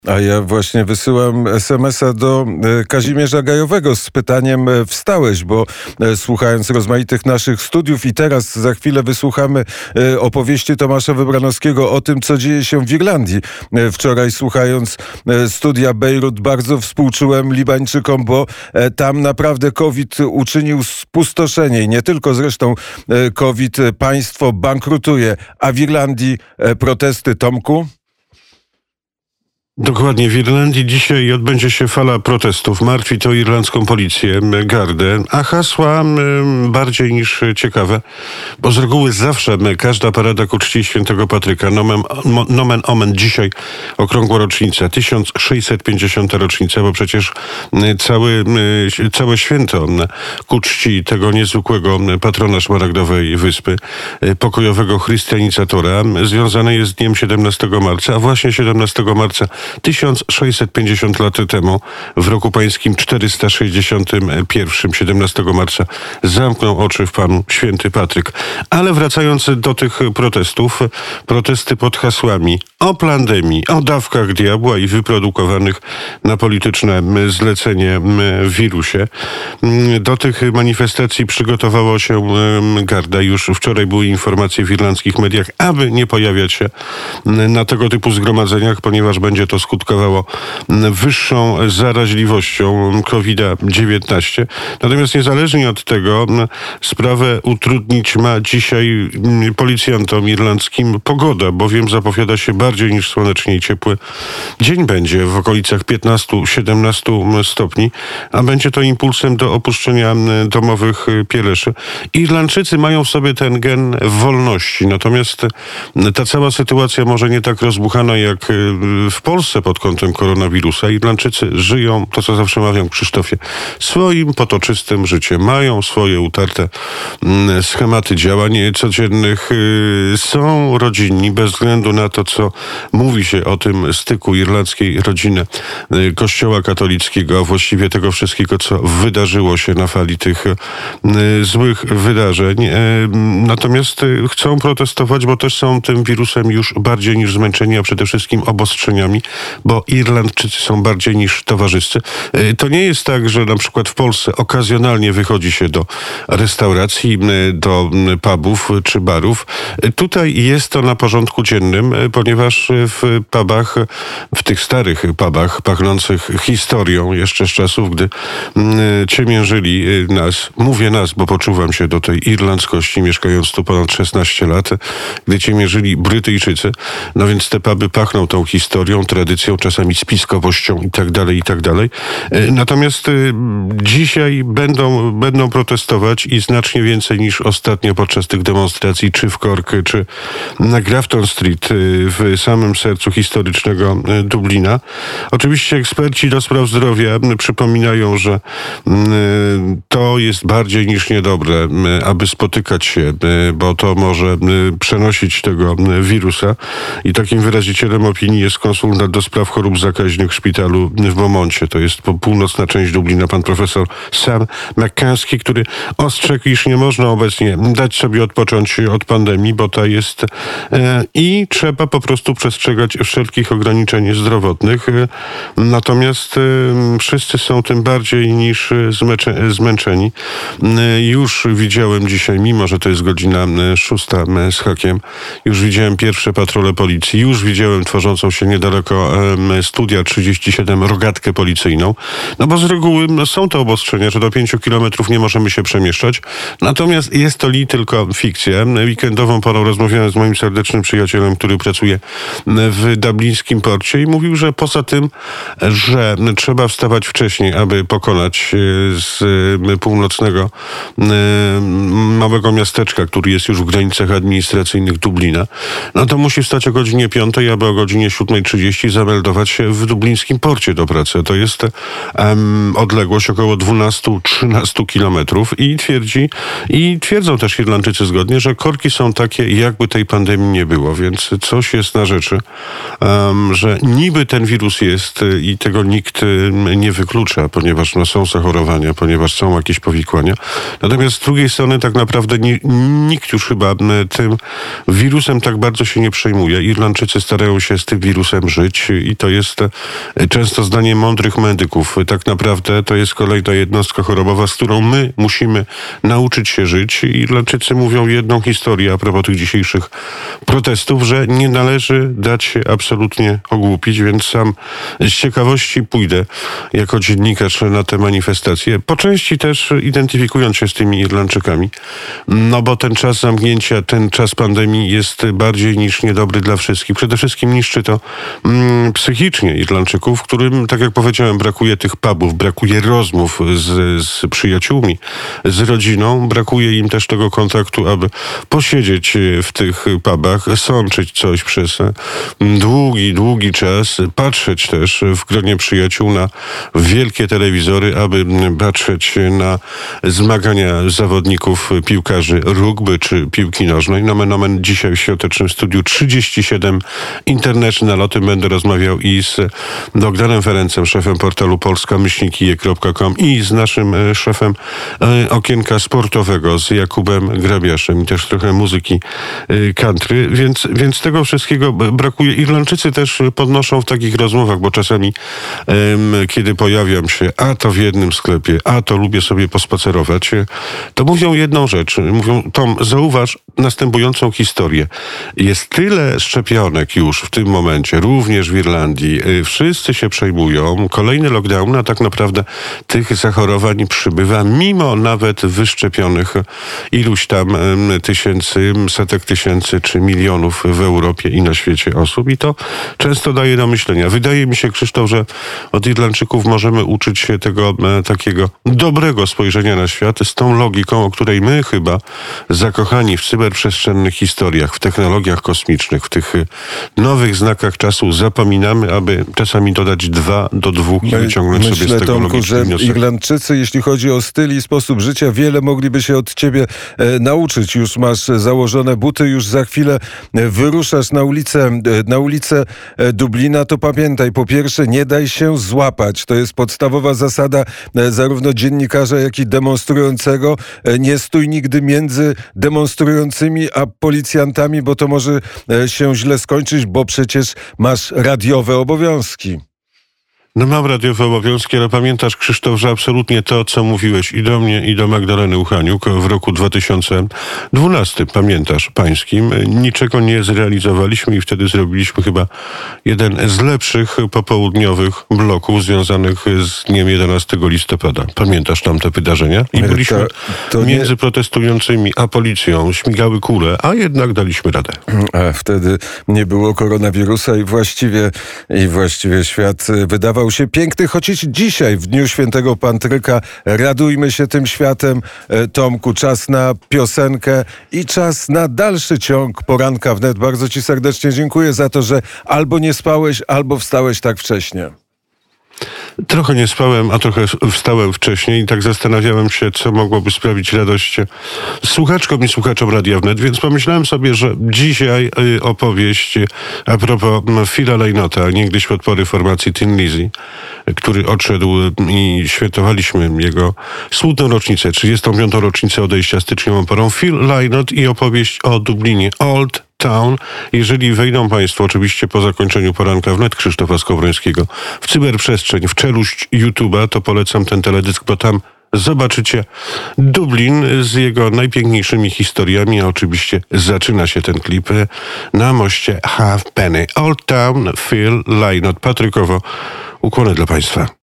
A ja właśnie wysyłam SMS-a do Kazimierza Gajowego z pytaniem: wstałeś? Bo słuchając rozmaitych naszych studiów i teraz za chwilę wysłuchamy opowieści Tomasza Wybranowskiego o tym, co dzieje się w Irlandii. Wczoraj słuchając studia Bejrut bardzo współczułem Libańczykom, bo tam naprawdę COVID uczynił spustoszenie i nie tylko zresztą COVID, państwo bankrutuje, a w Irlandii protesty, Tomku? Dokładnie. W Irlandii dzisiaj odbędzie się fala protestów. Martwi to irlandzką policję, gardę, a hasła bardziej niż ciekawe, bo z reguły zawsze każda parada ku czci świętego Patryka, nomen omen, dzisiaj okrągła rocznica, 1650. rocznica, bo przecież całe święto ku czci tego niezwykłego patrona Szmaragdowej Wyspy, pokojowego chrystianizatora, związane jest z dniem 17 marca, a właśnie 17 marca 1650 lat temu, w roku pańskim 461, 17 marca, zamknął oczy w Panu święty Patryk. Ale wracając do tych protestów, protesty pod hasłami o pandemii, o dawkach diabła i wyprodukowanych na polityczne zlecenie wirusie. Do tych manifestacji przygotowała się garda. Już wczoraj były informacje w irlandzkich mediach, aby nie pojawiać się na tego typu zgromadzeniach, ponieważ będzie to skutkowało wyższą zaraźliwością COVID-19. Natomiast niezależnie od tego sprawę utrudnić ma dzisiaj policjantom irlandzkim pogoda, bowiem zapowiada się bardziej niż słonecznie i ciepły dzień będzie w okolicach 15-17 stopni, a będzie to impulsem do opuszczenia domowych pieleszy. Irlandczycy mają w sobie ten gen wolności, natomiast ta cała sytuacja może nie tak rozbuchana jak w Polsce pod kątem koronawirusa. Irlandczycy żyją, to co zawsze mawiam Krzysztofie, swoim potoczystym życiem. Mają swoje utarte schematy działań codziennych. Są rodzinni bez względu na to, co mówi się o tym styku irlandzkiej rodziny, Kościoła katolickiego, a właściwie tego wszystkiego, co wydarzyło się na fali tych złych wydarzeń. Natomiast chcą protestować, bo też są tym wirusem już bardziej niż zmęczeni, a przede wszystkim obostrzeniami, bo Irlandczycy są bardziej niż towarzyscy. To nie jest tak, że na przykład w Polsce okazjonalnie wychodzi się do restauracji, do pubów czy barów. Tutaj jest to na porządku dziennym, ponieważ w pubach, w tych starych pubach pachnących historią jeszcze z czasów, gdy ciemiężyli nas, mówię nas, bo poczuwam się do tej irlandzkości, mieszkając tu ponad 16 lat, gdy ciemiężyli Brytyjczycy, no więc te puby pachną tą historią, tradycją, czasami spiskowością i tak dalej, i tak dalej. Natomiast dzisiaj będą protestować i znacznie więcej niż ostatnio podczas tych demonstracji, czy w Cork, czy na Grafton Street, w samym sercu historycznego Dublina. Oczywiście eksperci do spraw zdrowia przypominają, że to jest bardziej niż niedobre, aby spotykać się, bo to może przenosić tego wirusa i takim wyrazicielem opinii jest konsultant do spraw chorób zakaźnych w szpitalu w Beaumoncie. To jest północna część Dublina, pan profesor Sam McKenzie, który ostrzegł, iż nie można obecnie dać sobie odpocząć od pandemii, bo ta jest i trzeba po prostu przestrzegać wszelkich ograniczeń zdrowotnych. Natomiast wszyscy są tym bardziej niż zmęczeni. Już widziałem dzisiaj, mimo że to jest godzina 6 z hakiem, już widziałem pierwsze patrole policji, już widziałem tworzącą się niedaleko Studia 37 rogatkę policyjną. No bo z reguły są to obostrzenia, że do 5 kilometrów nie możemy się przemieszczać. Natomiast jest to tylko fikcja. Weekendową porą rozmawiałem z moim serdecznym przyjacielem, który pracuje w dublińskim porcie i mówił, że poza tym, że trzeba wstawać wcześniej, aby pokonać z północnego małego miasteczka, który jest już w granicach administracyjnych Dublina, no to musi wstać o godzinie 5, aby o godzinie 7:30 zameldować się w dublińskim porcie do pracy. To jest odległość około 12-13 kilometrów i twierdzą też Irlandczycy zgodnie, że korki są takie, jakby tej pandemii nie było, więc coś jest na rzeczy, że niby ten wirus jest i tego nikt nie wyklucza, ponieważ są zachorowania, ponieważ są jakieś powikłania. Natomiast z drugiej strony tak naprawdę nikt już chyba tym wirusem tak bardzo się nie przejmuje. Irlandczycy starają się z tym wirusem żyć. zrobić i to jest często zdanie mądrych medyków. Tak naprawdę to jest kolejna jednostka chorobowa, z którą my musimy nauczyć się żyć. Irlandczycy mówią jedną historię a propos tych dzisiejszych protestów, że nie należy dać się absolutnie ogłupić, więc sam z ciekawości pójdę jako dziennikarz na te manifestacje. Po części też identyfikując się z tymi Irlandczykami, no bo ten czas zamknięcia, ten czas pandemii jest bardziej niż niedobry dla wszystkich. Przede wszystkim niszczy to psychicznie Irlandczyków, którym, tak jak powiedziałem, brakuje tych pubów, brakuje rozmów z przyjaciółmi, z rodziną, brakuje im też tego kontaktu, aby posiedzieć w tych pubach, sączyć coś przez długi czas, patrzeć też w gronie przyjaciół na wielkie telewizory, aby patrzeć na zmagania zawodników piłkarzy rugby czy piłki nożnej. Nomen omen dzisiaj w Świątecznym Studiu 37 International. O tym będę rozmawiał i z Bogdanem Ferencem, szefem portalu polska-kije.com i z naszym szefem Okienka Sportowego, z Jakubem Grabiaszem i też trochę muzyki country, więc tego wszystkiego brakuje. Irlandczycy też podnoszą w takich rozmowach, bo czasami kiedy pojawiam się, a to w jednym sklepie, a to lubię sobie pospacerować, to mówią jedną rzecz. Mówią, Tom, zauważ następującą historię. Jest tyle szczepionek już w tym momencie, również w Irlandii. Wszyscy się przejmują. Kolejny lockdown, a tak naprawdę tych zachorowań przybywa, mimo nawet wyszczepionych iluś tam tysięcy, setek tysięcy czy milionów w Europie i na świecie osób. I to często daje do myślenia. Wydaje mi się, Krzysztof, że od Irlandczyków możemy uczyć się tego takiego dobrego spojrzenia na świat z tą logiką, o której my chyba zakochani w cyberprzestrzennych historiach, w technologiach kosmicznych, w tych nowych znakach czasu zapominamy, aby czasami dodać 2 do 2 i wyciągnąć sobie z tego Tomku, logiczny wniosek. Irlandczycy, jeśli chodzi o styl i sposób życia, wiele mogliby się od ciebie nauczyć. Już masz założone buty, już za chwilę wyruszasz na ulicę Dublina, to pamiętaj, po pierwsze, nie daj się złapać. To jest podstawowa zasada zarówno dziennikarza, jak i demonstrującego. Nie stój nigdy między demonstrującymi a policjantami, bo to może się źle skończyć, bo przecież masz radiowe obowiązki. No mam radiowe obowiązki, ale pamiętasz, Krzysztof, że absolutnie to, co mówiłeś i do mnie, i do Magdaleny Uchaniuk w roku 2012, pamiętasz, pańskim, niczego nie zrealizowaliśmy i wtedy zrobiliśmy chyba jeden z lepszych popołudniowych bloków związanych z dniem 11 listopada. Pamiętasz tamte wydarzenia? I byliśmy między protestującymi a policją, śmigały kule, a jednak daliśmy radę. A wtedy nie było koronawirusa i właściwie świat wydawał się piękny, choć dzisiaj, w Dniu Świętego Patryka, radujmy się tym światem. Tomku, czas na piosenkę i czas na dalszy ciąg Poranka Wnet. Bardzo ci serdecznie dziękuję za to, że albo nie spałeś, albo wstałeś tak wcześnie. Trochę nie spałem, a trochę wstałem wcześniej i tak zastanawiałem się, co mogłoby sprawić radość słuchaczkom i słuchaczom Radia Wnet, więc pomyślałem sobie, że dzisiaj opowieść a propos Phila Lynota, niegdyś podpory formacji Thin Lizzy, który odszedł i świętowaliśmy jego smutną rocznicę, 35. rocznicę odejścia styczniową porą. Phil Lynott i opowieść o Dublinie, Old Town. Jeżeli wejdą Państwo, oczywiście po zakończeniu Poranka Wnet Krzysztofa Skowrońskiego, w cyberprzestrzeń, w czeluść YouTube'a, to polecam ten teledysk, bo tam zobaczycie Dublin z jego najpiękniejszymi historiami, a oczywiście zaczyna się ten klip na moście Halfpenny. Old Town, Phil Lynott. Patrykowo, ukłony dla Państwa.